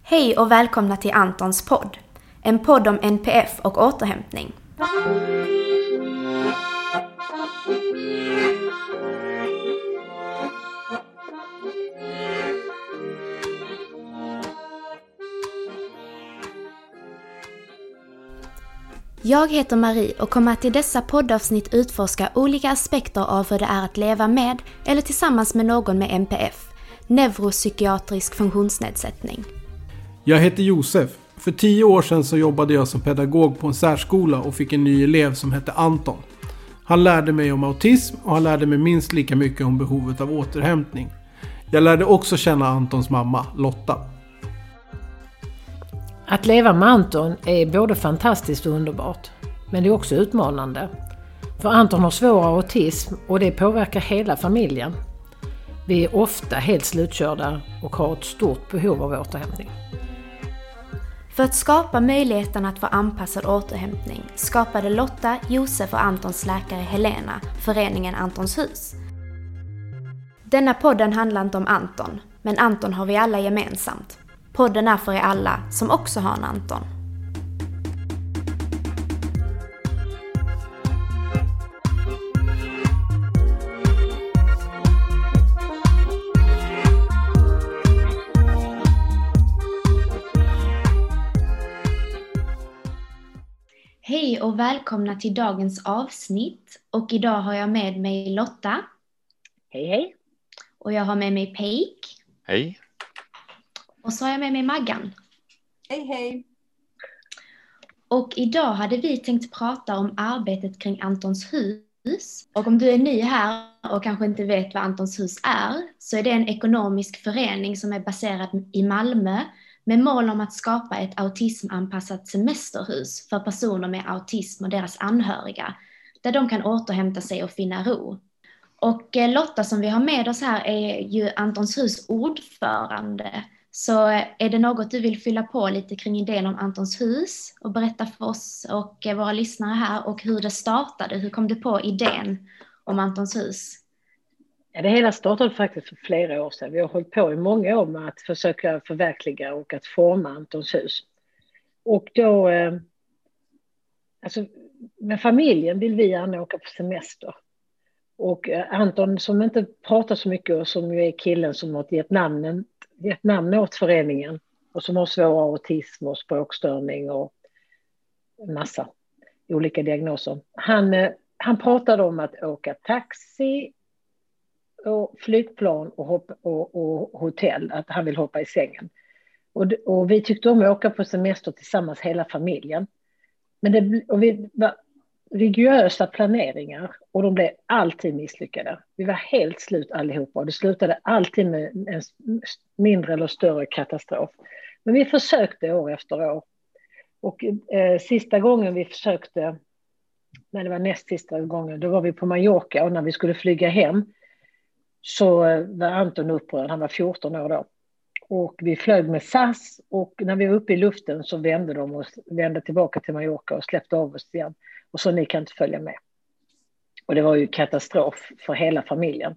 Hej och välkomna till Antons podd. En podd om NPF och återhämtning. Jag heter Marie och kommer att i dessa poddavsnitt utforska olika aspekter av hur det är att leva med eller tillsammans med någon med NPF, neuropsykiatrisk funktionsnedsättning. Jag heter Josef. För 10 år sedan så jobbade jag som pedagog på en särskola och fick en ny elev som hette Anton. Han lärde mig om autism och han lärde mig minst lika mycket om behovet av återhämtning. Jag lärde också känna Antons mamma, Lotta. Att leva med Anton är både fantastiskt och underbart, men det är också utmanande. För Anton har svår autism och det påverkar hela familjen. Vi är ofta helt slutkörda och har ett stort behov av återhämtning. För att skapa möjligheten att få anpassad återhämtning skapade Lotta, Josef och Antons läkare Helena föreningen Antons hus. Denna podden handlar inte om Anton, men Anton har vi alla gemensamt. Podden är för er alla som också har en Anton. Hej och välkomna till dagens avsnitt. Och idag har jag med mig Lotta. Hej hej. Och jag har med mig Peik. Hej. Och så har jag med mig Maggan. Hej hej. Och idag hade vi tänkt prata om arbetet kring Antons hus. Och om du är ny här och kanske inte vet vad Antons hus är, så är det en ekonomisk förening som är baserad i Malmö med mål om att skapa ett autismanpassat semesterhus för personer med autism och deras anhöriga, där de kan återhämta sig och finna ro. Och Lotta som vi har med oss här är ju Antons hus ordförande. Så är det något du vill fylla på lite kring idén om Antons hus och berätta för oss och våra lyssnare här och hur det startade? Hur kom du på idén om Antons hus? Ja, det hela startade faktiskt för flera år sedan. Vi har hållit på i många år med att försöka förverkliga och att forma Antons hus. Och då, alltså med familjen vill vi gärna åka på semester. Och Anton som inte pratar så mycket och som ju är killen som har gett namn åt föreningen och som har svår autism och språkstörning och en massa olika diagnoser. Han pratade om att åka taxi och flygplan och hotell, att han vill hoppa i sängen. Och vi tyckte om att åka på semester tillsammans hela familjen. Men vi var rigorösa planeringar och de blev alltid misslyckade. Vi var helt slut allihopa och det slutade alltid med en mindre eller större katastrof. Men vi försökte år efter år. Och sista gången vi försökte, när det var näst sista gången, då var vi på Mallorca och när vi skulle flyga hem så var Anton upprörd, han var 14 år då. Och vi flög med SAS och när vi var uppe i luften så vände de oss, vände tillbaka till Mallorca och släppte av oss igen. Och så ni kan inte följa med. Och det var ju katastrof för hela familjen.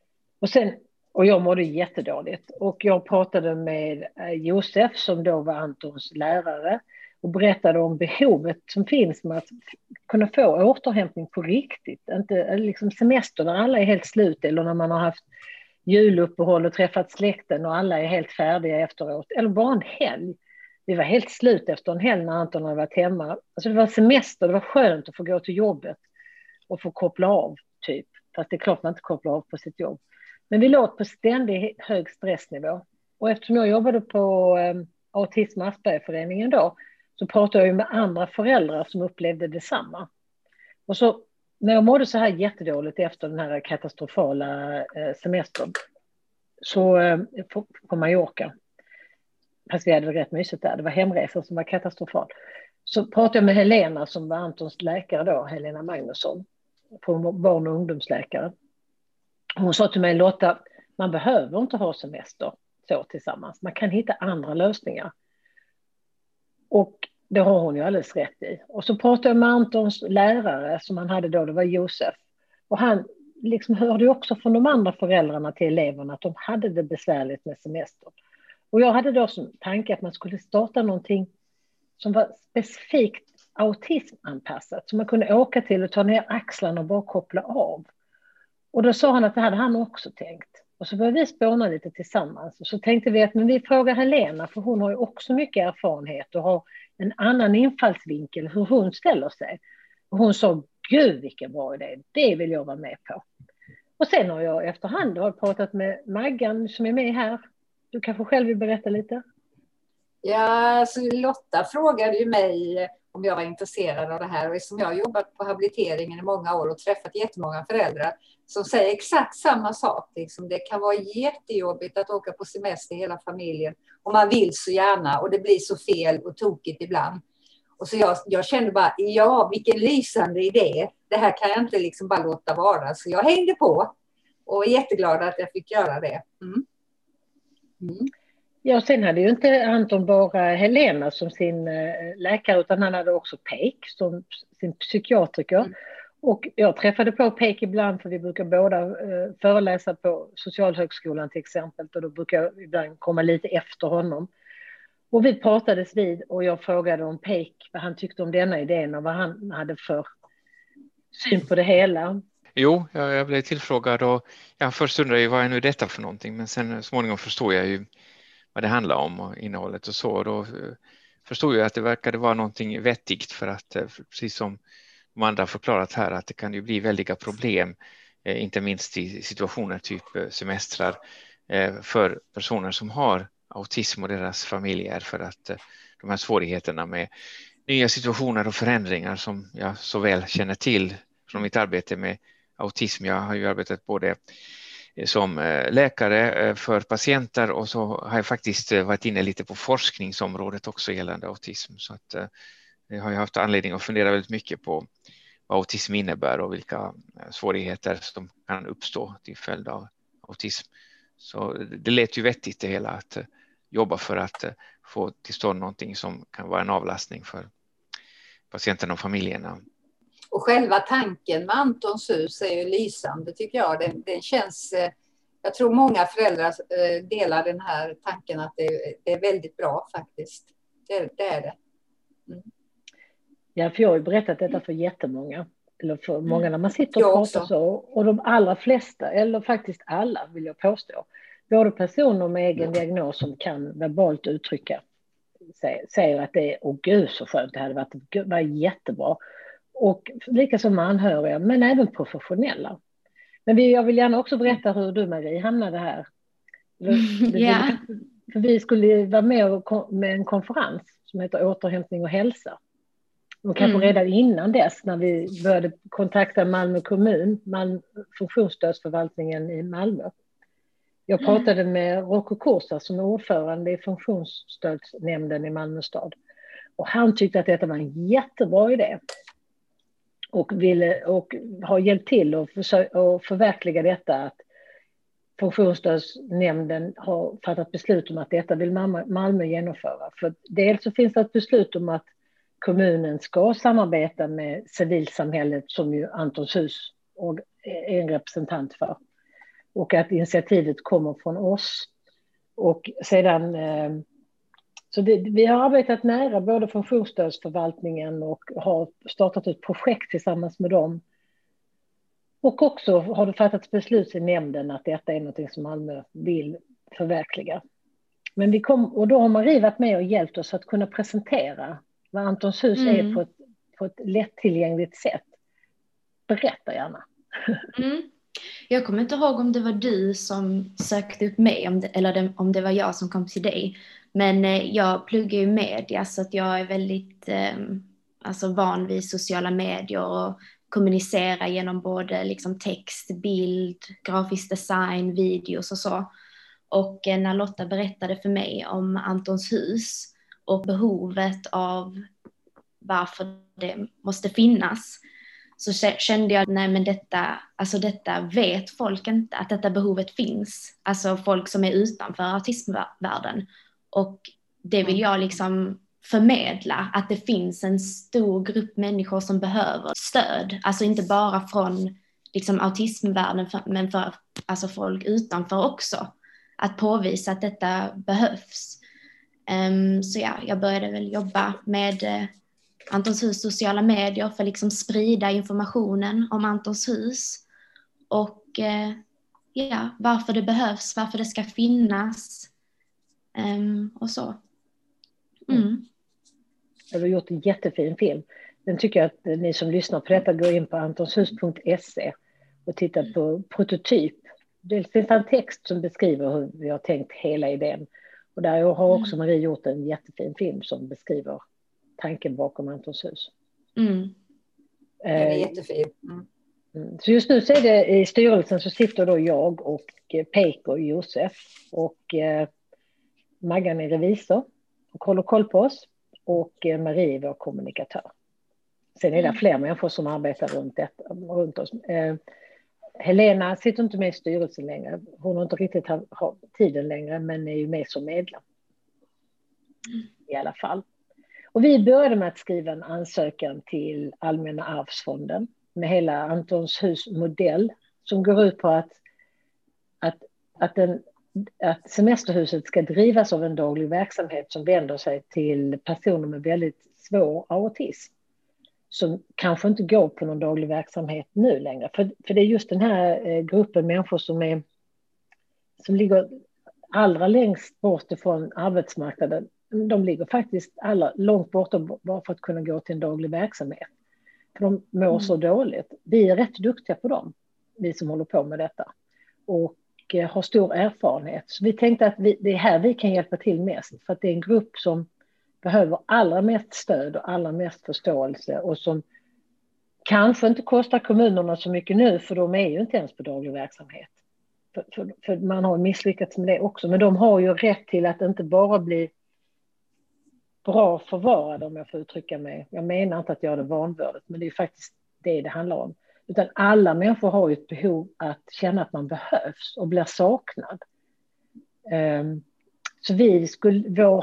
Och jag mådde jättedåligt. Och jag pratade med Josef som då var Antons lärare. Och berättade om behovet som finns med att kunna få återhämtning på riktigt. Inte liksom semester när alla är helt slut eller när man har haft juluppehåll och träffat släkten och alla är helt färdiga efteråt. Eller bara en helg. Vi var helt slut efter en helg när Anton hade varit hemma. Alltså det var semester, det var skönt att få gå till jobbet och få koppla av typ. Fast det är klart man inte kopplar av på sitt jobb. Men vi låg på ständig hög stressnivå. Och eftersom jag jobbade på Autism- och Aspergerföreningen då så pratade jag med andra föräldrar som upplevde detsamma. Och så när jag mådde så här jättedåligt efter den här katastrofala semestern så på Mallorca, fast vi hade det rätt mysigt där, det var hemresan som var katastrofal, så pratade jag med Helena som var Antons läkare då, Helena Magnusson, på barn- och ungdomsläkare. Hon sa till mig, Lotta, man behöver inte ha semester så tillsammans, man kan hitta andra lösningar. Och det har hon ju alldeles rätt i. Och så pratade jag med Antons lärare som han hade då, det var Josef. Och han liksom hörde ju också från de andra föräldrarna till eleverna att de hade det besvärligt med semester. Och jag hade då som tanke att man skulle starta någonting som var specifikt autismanpassat. Så man kunde åka till och ta ner axlarna och bara koppla av. Och då sa han att det hade han också tänkt. Och så började vi spåna lite tillsammans. Och så tänkte vi att men vi frågar Helena, för hon har ju också mycket erfarenhet och har en annan infallsvinkel hur hon ställer sig. Och hon sa, gud vilken bra idé, det vill jag vara med på. Och sen har jag efterhand pratat med Maggan som är med här. Du kanske själv vill berätta lite? Ja, så Lotta frågade ju mig om jag var intresserad av det här. Och eftersom jag har jobbat på habiliteringen i många år och träffat jättemånga föräldrar som säger exakt samma sak. Liksom. Det kan vara jättejobbigt att åka på semester hela familjen. Och man vill så gärna och det blir så fel och tokigt ibland. Och så jag kände bara, ja vilken lysande idé. Det här kan jag inte liksom bara låta vara. Så jag hängde på och är jätteglad att jag fick göra det. Mm. Mm. Ja, sen hade ju inte Anton bara Helena som sin läkare utan han hade också Peik som sin psykiatriker. Mm. Och jag träffade på Peik ibland för vi brukar båda föreläsa på Socialhögskolan till exempel. Och då brukar jag ibland komma lite efter honom. Och vi pratades vid och jag frågade om Peik vad han tyckte om denna idén och vad han hade för syn på det hela. Jo, jag blev tillfrågad och jag först undrade ju vad är nu detta för någonting, men sen småningom förstod jag ju vad det handlar om och innehållet och så. Och då förstod jag att det verkade vara någonting vettigt för att precis som de andra förklarat här att det kan ju bli väldiga problem, inte minst i situationer typ semestrar för personer som har autism och deras familjer för att de här svårigheterna med nya situationer och förändringar som jag så väl känner till från mitt arbete med autism. Jag har ju arbetat både som läkare för patienter och så har jag faktiskt varit inne lite på forskningsområdet också gällande autism. Så att jag har haft anledning att fundera väldigt mycket på vad autism innebär och vilka svårigheter som kan uppstå till följd av autism. Så det lät ju vettigt det hela att jobba för att få till stånd någonting som kan vara en avlastning för patienterna och familjerna. Och själva tanken med Antons hus är ju lysande tycker jag. Den känns, jag tror många föräldrar delar den här tanken att det är väldigt bra faktiskt. Det är det. Mm. Ja, för jag har ju berättat detta för jättemånga. Eller för många när man sitter och pratar så. Och de allra flesta, eller faktiskt alla vill jag påstå. Både personer med egen diagnos som kan verbalt uttrycka säger att det är, åh gud så skönt, det hade varit jättebra. Och lika som anhöriga, men även professionella. Men jag vill gärna också berätta hur du Marie hamnade här. För vi skulle vara med en konferens som heter Återhämtning och hälsa. Och kanske redan innan dess när vi började kontakta Malmö kommun, funktionsstödsförvaltningen i Malmö. Jag pratade med Rocco Kursa som är ordförande i funktionsstödsnämnden i Malmö stad. Och han tyckte att detta var en jättebra idé. Och har hjälpt till att förverkliga detta att funktionsstödsnämnden har fattat beslut om att detta vill Malmö genomföra. För dels så finns det ett beslut om att kommunen ska samarbeta med civilsamhället som ju Antons hus är en representant för. Och att initiativet kommer från oss. Och sedan så vi har arbetat nära både funktionsstödsförvaltningen och har startat ett projekt tillsammans med dem. Och också har det fattats beslut i nämnden att detta är något som Malmö vill förverkliga. Men och då har Marie varit med och hjälpt oss att kunna presentera vad Antons hus är på ett lättillgängligt sätt. Berätta gärna. Jag kommer inte ihåg om det var du som sökte upp mig eller om det var jag som kom till dig. Men jag pluggar ju media så att jag är väldigt van vid sociala medier och kommunicera genom både liksom text, bild, grafisk design, videos och så. Och när Lotta berättade för mig om Antons hus och behovet av varför det måste finnas så kände jag att detta vet folk inte, att detta behovet finns. Alltså folk som är utanför autismvärlden. Och det vill jag liksom förmedla, att det finns en stor grupp människor som behöver stöd. Alltså inte bara från liksom autismvärlden men för folk utanför också. att påvisa att detta behövs. Så ja, jag började väl jobba med Antons hus sociala medier för att liksom sprida informationen om Antons hus. Och ja, varför det behövs, varför det ska finnas och så. Du har gjort en jättefin film. Den tycker jag att ni som lyssnar på detta går in på antonshus.se och tittar på prototyp. Det finns en text som beskriver hur vi har tänkt hela idén. Och där har också Marie gjort en jättefin film som beskriver tanken bakom Antons hus. Den är jättefin. Så just nu så är det i styrelsen så sitter då jag och Peiko Josef och Maggan är revisor och håller koll på oss och Marie är vår kommunikatör. Sen är det fler människor som arbetar runt oss. Helena sitter inte med i styrelsen längre. Hon har inte riktigt tiden längre men är ju med som medlem. I alla fall. Och vi började med att skriva en ansökan till Allmänna arvsfonden med hela Antons hus modell som går ut på att semesterhuset ska drivas av en daglig verksamhet som vänder sig till personer med väldigt svår autism som kanske inte går på någon daglig verksamhet nu längre. För det är just den här gruppen människor som ligger allra längst bort ifrån arbetsmarknaden. De ligger faktiskt alla långt bort bara för att kunna gå till en daglig verksamhet. För de mår så dåligt. Vi är rätt duktiga på dem, vi som håller på med detta. Och har stor erfarenhet. Så vi tänkte att det är här vi kan hjälpa till mest. För att det är en grupp som behöver allra mest stöd och allra mest förståelse. Och som kanske inte kostar kommunerna så mycket nu. För de är ju inte ens på daglig verksamhet. För man har misslyckats med det också. Men de har ju rätt till att inte bara bli bra förvarade om jag får uttrycka mig. Jag menar inte att göra det vanvördigt. Men det är faktiskt det handlar om. Utan alla människor har ju ett behov att känna att man behövs och blir saknad. Så vår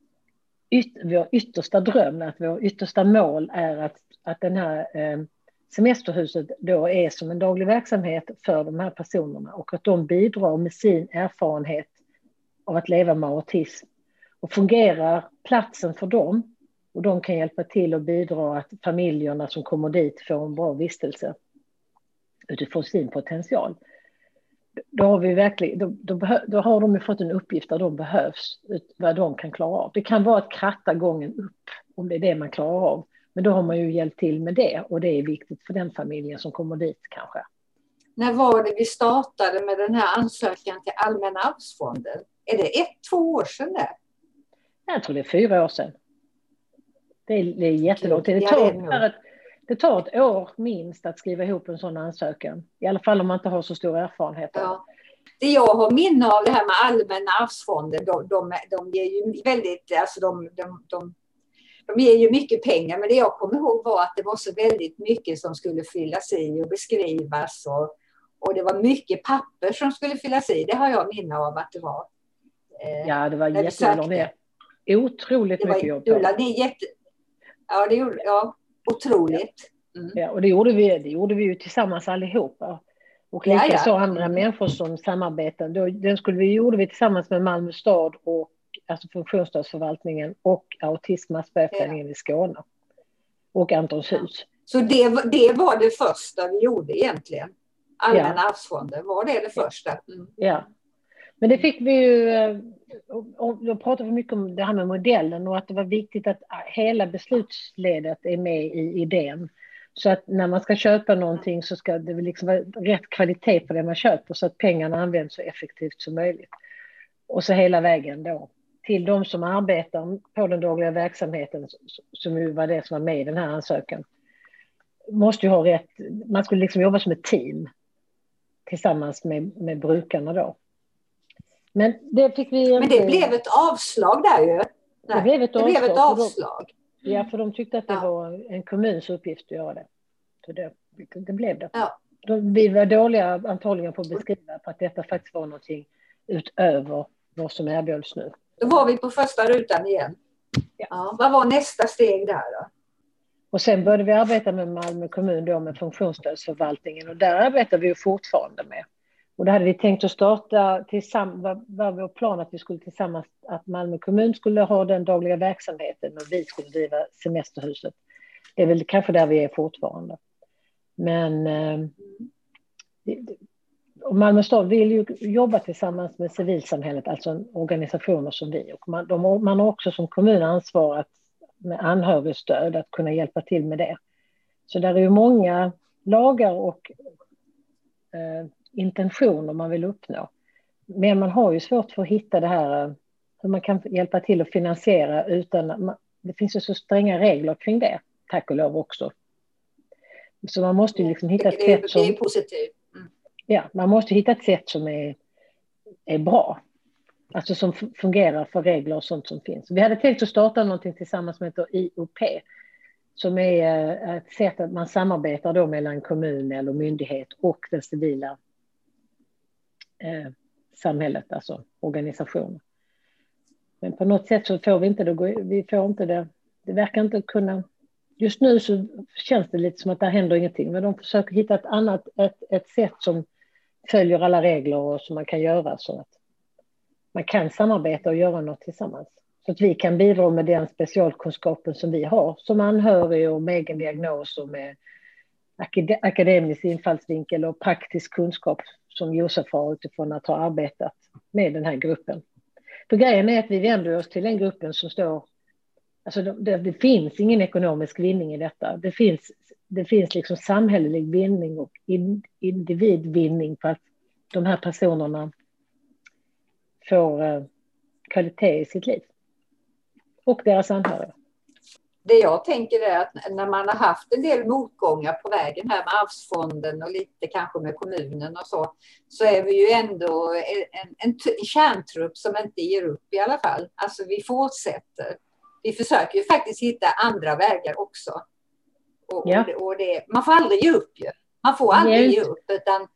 yttersta dröm, att vår yttersta mål är att den här semesterhuset då är som en daglig verksamhet för de här personerna. Och att de bidrar med sin erfarenhet av att leva med autism. Och fungerar platsen för dem. Och de kan hjälpa till och bidra att familjerna som kommer dit får en bra vistelse utifrån sin potential. Då har vi verkligen, då har de fått en uppgift där de behövs, vad de kan klara av. Det kan vara att kratta gången upp om det är det man klarar av. Men då har man ju hjälpt till med det och det är viktigt för den familjen som kommer dit kanske. När var det vi startade med den här ansökan till Allmänna arvsfonden? Är det 1-2 år sedan det? Jag tror det är 4 år sedan. Det är jättelångt. Det tar ett år minst att skriva ihop en sån ansökan. I alla fall om man inte har så stor erfarenhet. Ja. Det jag har minne av det här med Allmänna arvsfonden, de ger ju väldigt, alltså de ger ju mycket pengar. Men det jag kommer ihåg var att det var så väldigt mycket som skulle fyllas i och beskrivas. Och det var mycket papper som skulle fyllas i. Det har jag minne av att det var. Ja, det var jättelångt. Otroligt mycket jobb. Ja, det gjorde otroligt. Ja, och det gjorde vi ju tillsammans allihopa. Och så andra människor som samarbetade. Gjorde vi tillsammans med Malmö stad och alltså funktionsstödsförvaltningen och Autism-Aspergerföreningen i Skåne. Och Antons hus. Så det var det första vi gjorde egentligen. Allmänna arvsfonden, var det första? Ja. Men det fick vi ju, och då pratade vi mycket om det här med modellen och att det var viktigt att hela beslutsledet är med i idén. Så att när man ska köpa någonting så ska det liksom vara rätt kvalitet på det man köper så att pengarna används så effektivt som möjligt. Och så hela vägen då till de som arbetar på den dagliga verksamheten som ju var det som var med i den här ansökan. Måste ju ha rätt, man skulle liksom jobba som ett team tillsammans med brukarna då. Men det fick vi. Men det blev ett avslag där ju. Det blev ett avslag. Ja, för de tyckte att det var en kommuns uppgift att göra det. Så det blev det. Ja. Vi var dåliga antagligen på att beskriva på att detta faktiskt var någonting utöver vad som erbjöds nu. Då var vi på första rutan igen. Ja. Vad var nästa steg där då? Och sen började vi arbeta med Malmö kommun då med funktionsstödsförvaltningen och där arbetar vi ju fortfarande med. Och då hade vi tänkt att starta tillsammans, var vår plan att vi skulle tillsammans, att Malmö kommun skulle ha den dagliga verksamheten och vi skulle driva semesterhuset. Det är väl kanske där vi är fortfarande. Men och Malmö stad vill ju jobba tillsammans med civilsamhället, alltså organisationer som vi. Och man har också som kommun ansvarat med anhörigstöd att kunna hjälpa till med det. Så där är ju många lagar och intentioner man vill uppnå. Men man har ju svårt för att hitta det här, hur man kan hjälpa till att finansiera utan, det finns ju så stränga regler kring det, tack och lov också. Så man måste ju liksom hitta ett sätt som... Det är positivt. Mm. Ja, man måste hitta ett sätt som är bra. Alltså som fungerar för regler och sånt som finns. Vi hade tänkt att starta någonting tillsammans som heter IOP. Som är ett sätt att man samarbetar då mellan kommun eller myndighet och det civila samhället, alltså organisationer. Men på något sätt så får vi inte det. Det verkar inte kunna... Just nu så känns det lite som att det händer ingenting. Men de försöker hitta ett sätt som följer alla regler och som man kan göra så att man kan samarbeta och göra något tillsammans. Så att vi kan bidra med den specialkunskapen som vi har som anhörig och med egen diagnos och med akademisk infallsvinkel och praktisk kunskap som Josef har utifrån att ha arbetat med den här gruppen. För grejen är att vi vänder oss till den gruppen som står... Alltså det finns ingen ekonomisk vinning i detta. Det finns liksom samhällelig vinning och individvinning på att de här personerna får kvalitet i sitt liv. Och deras anhöriga. Det jag tänker är att när man har haft en del motgångar på vägen här med arvsfonden och lite kanske med kommunen och så är vi ju ändå en kärntrupp som inte ger upp i alla fall. Alltså vi fortsätter. Vi försöker ju faktiskt hitta andra vägar också. Och man får aldrig ge upp ju. Man får aldrig ge upp. Utan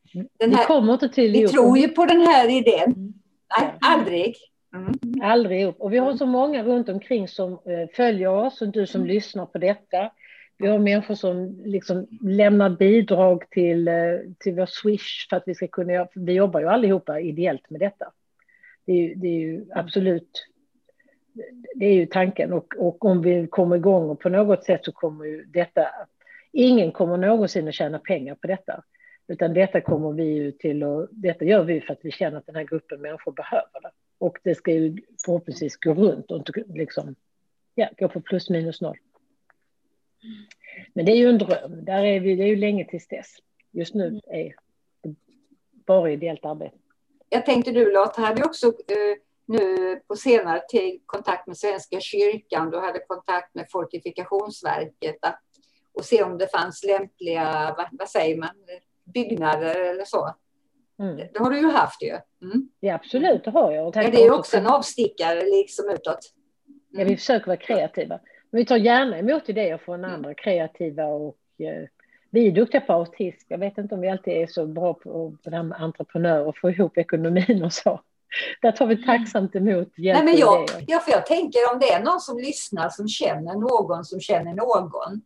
vi tror ju på den här idén. Nej, aldrig. Mm. Aldrig upp. Och vi har så många runt omkring som följer oss och du som lyssnar på detta. Vi har människor som liksom lämnar bidrag till vår Swish för att vi ska kunna... Vi jobbar ju allihopa ideellt med detta. Det är ju absolut... Det är ju tanken och om vi kommer igång och på något sätt så kommer ju detta, ingen kommer någonsin att tjäna pengar på detta, utan detta kommer vi ju till och detta gör vi för att vi känner att den här gruppen människor behöver det och det ska ju förhoppningsvis gå runt och inte liksom, gå på plus minus noll. Men det är ju en dröm, det är ju länge tills dess. Just nu är det bara ideellt arbete. Jag tänkte du Lotta hade också nu på senare tid kontakt med Svenska kyrkan, du hade kontakt med Fortifikationsverket och se om det fanns lämpliga, vad säger man, byggnader eller så. Mm. Det har du ju haft ju. Mm. Ja, absolut, det har jag. Det är också en avstickare liksom utåt. Ja, vi försöker vara kreativa. Men vi tar gärna emot idéer från andra kreativa och vi är duktiga på autism. Jag vet inte om vi alltid är så bra på det här med entreprenörer och få ihop ekonomin och så. Där tar vi tacksamt emot hjälp. Nej, men för jag tänker om det är någon som lyssnar som känner någon som känner någon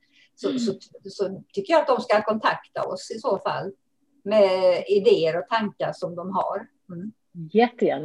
så tycker jag att de ska kontakta oss i så fall med idéer och tankar som de har. Mm. Jättegärna.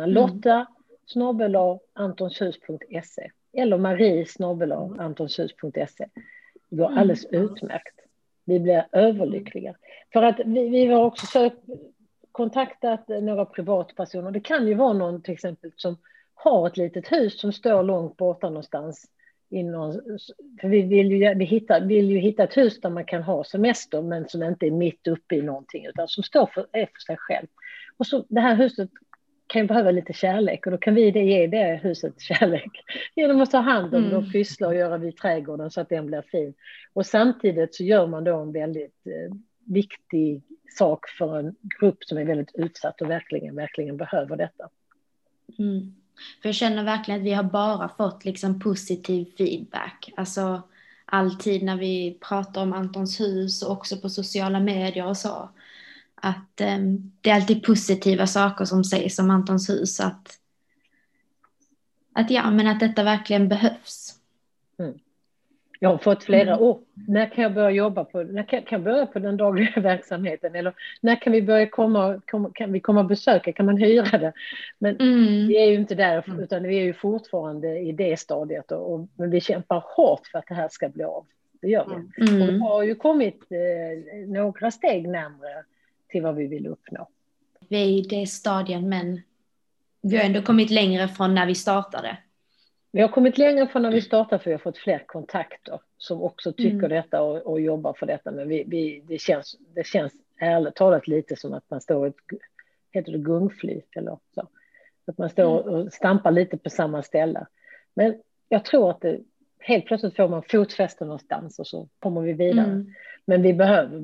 Lotta@antonshus.se eller Marie@antonshus.se. Det går alldeles utmärkt. Vi blir överlyckliga. För att vi har också kontaktat några privatpersoner. Det kan ju vara någon till exempel som har ett litet hus som står långt borta någonstans. För vi vill ju hitta ett hus där man kan ha semester men som inte är mitt uppe i någonting utan som står för sig själv. Och så det här huset kan ju behöva lite kärlek och då kan vi ge det huset kärlek genom att ta hand om det och pyssla och göra vid trädgården så att den blir fin. Och samtidigt så gör man då en väldigt viktig sak för en grupp som är väldigt utsatt och verkligen behöver detta. Mm. För jag känner verkligen att vi har bara fått liksom positiv feedback. Alltså alltid när vi pratar om Antons hus och också på sociala medier och så. Att det är alltid positiva saker som sägs om Antons hus. Att detta verkligen behövs. Mm. Jag har fått flera år. När kan jag börja jobba när kan jag börja på den dagliga verksamheten? Eller när kan vi börja kan vi komma och besöka? Kan man hyra det? Men vi är ju inte där, utan vi är ju fortfarande i det stadiet. Men vi kämpar hårt för att det här ska bli av. Det gör vi. Och vi har ju kommit några steg närmare till vad vi vill uppnå. Vi är i det stadiet, men vi har ändå kommit längre från när vi startade. Vi har kommit längre från när vi startade, för vi har fått fler kontakter som också tycker detta och jobbar för detta. Men det känns ärligt talat lite som att man står heter det gungfly eller så. Att man står och stampar lite på samma ställe. Men jag tror att helt plötsligt får man fotfäste någonstans och så kommer vi vidare. Men vi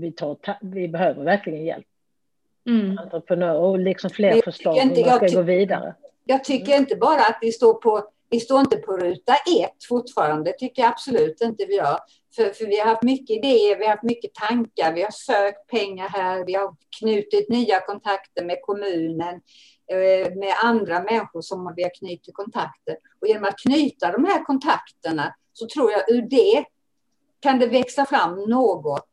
behöver verkligen hjälp. Entreprenörer och liksom fler förslag hur man ska gå vidare. Jag tycker inte bara att vi står inte på ruta 1 fortfarande, tycker jag absolut inte vi gör. För vi har haft mycket idéer, vi har haft mycket tankar, vi har sökt pengar här, vi har knutit nya kontakter med kommunen, med andra människor som vi har knutit kontakter. Och genom att knyta de här kontakterna så tror jag ur det kan det växa fram något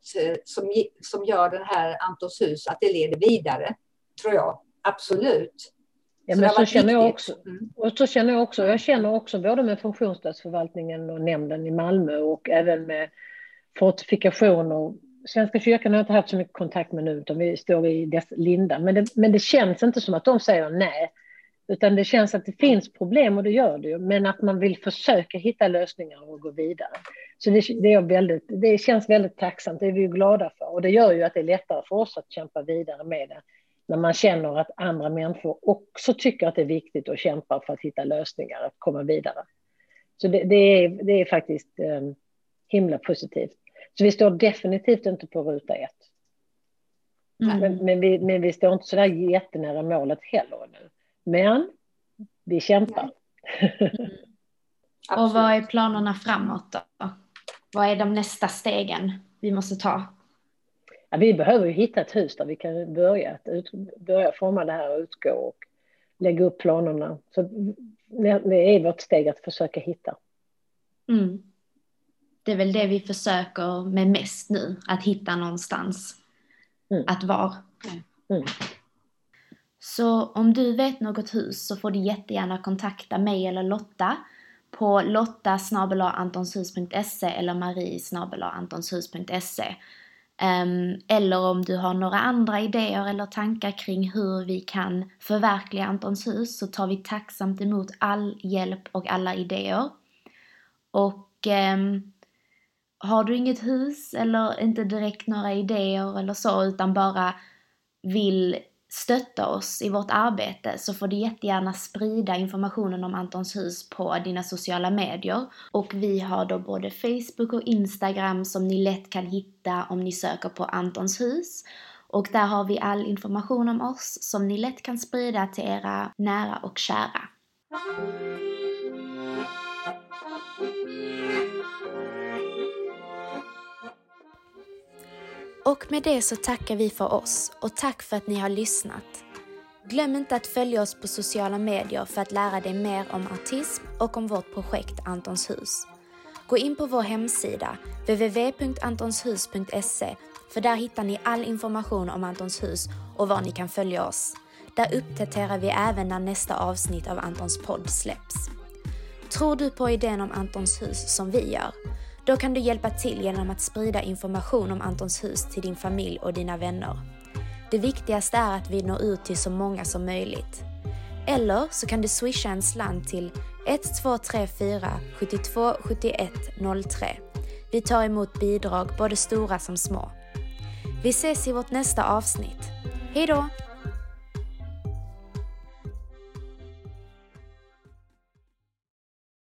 som gör den här Antons hus att det leder vidare, tror jag. Absolut. Ja, men så känner jag också. Och så känner jag också. Jag känner också både med funktionsstödsförvaltningen och nämnden i Malmö och även med fortifikation. Och Svenska kyrkan har inte haft så mycket kontakt med nu, utan vi står i dess linda. Men det känns inte som att de säger nej, utan det känns att det finns problem, och det gör det ju. Men att man vill försöka hitta lösningar och gå vidare. Så det känns väldigt tacksamt, det är vi ju glada för. Och det gör ju att det är lättare för oss att kämpa vidare med det. När man känner att andra människor också tycker att det är viktigt att kämpa för att hitta lösningar, att komma vidare. Så det är faktiskt himla positivt. Så vi står definitivt inte på ruta 1. Men vi står inte så där jättenära målet heller nu. Men vi kämpar. Och vad är planerna framåt då? Vad är de nästa stegen vi måste ta? Ja, vi behöver ju hitta ett hus där vi kan börja forma det här och utgå och lägga upp planerna. Så det är vårt steg att försöka hitta. Det är väl det vi försöker med mest nu. Att hitta någonstans att vara. Så om du vet något hus så får du jättegärna kontakta mig eller Lotta på lotta@antonshus.se eller marie@antonshus.se. Eller om du har några andra idéer eller tankar kring hur vi kan förverkliga Antons hus, så tar vi tacksamt emot all hjälp och alla idéer. Och har du inget hus eller inte direkt några idéer eller så, utan bara vill stötta oss i vårt arbete, så får du jättegärna sprida informationen om Antons hus på dina sociala medier. Och vi har då både Facebook och Instagram som ni lätt kan hitta om ni söker på Antons hus. Och där har vi all information om oss som ni lätt kan sprida till era nära och kära. Och med det så tackar vi för oss och tack för att ni har lyssnat. Glöm inte att följa oss på sociala medier för att lära dig mer om autism och om vårt projekt Antons hus. Gå in på vår hemsida www.antonshus.se, för där hittar ni all information om Antons hus och var ni kan följa oss. Där uppdaterar vi även när nästa avsnitt av Antons podd släpps. Tror du på idén om Antons hus som vi gör? Då kan du hjälpa till genom att sprida information om Antons hus till din familj och dina vänner. Det viktigaste är att vi når ut till så många som möjligt. Eller så kan du swisha en slant till 1234 72 71 03. Vi tar emot bidrag både stora som små. Vi ses i vårt nästa avsnitt. Hej då!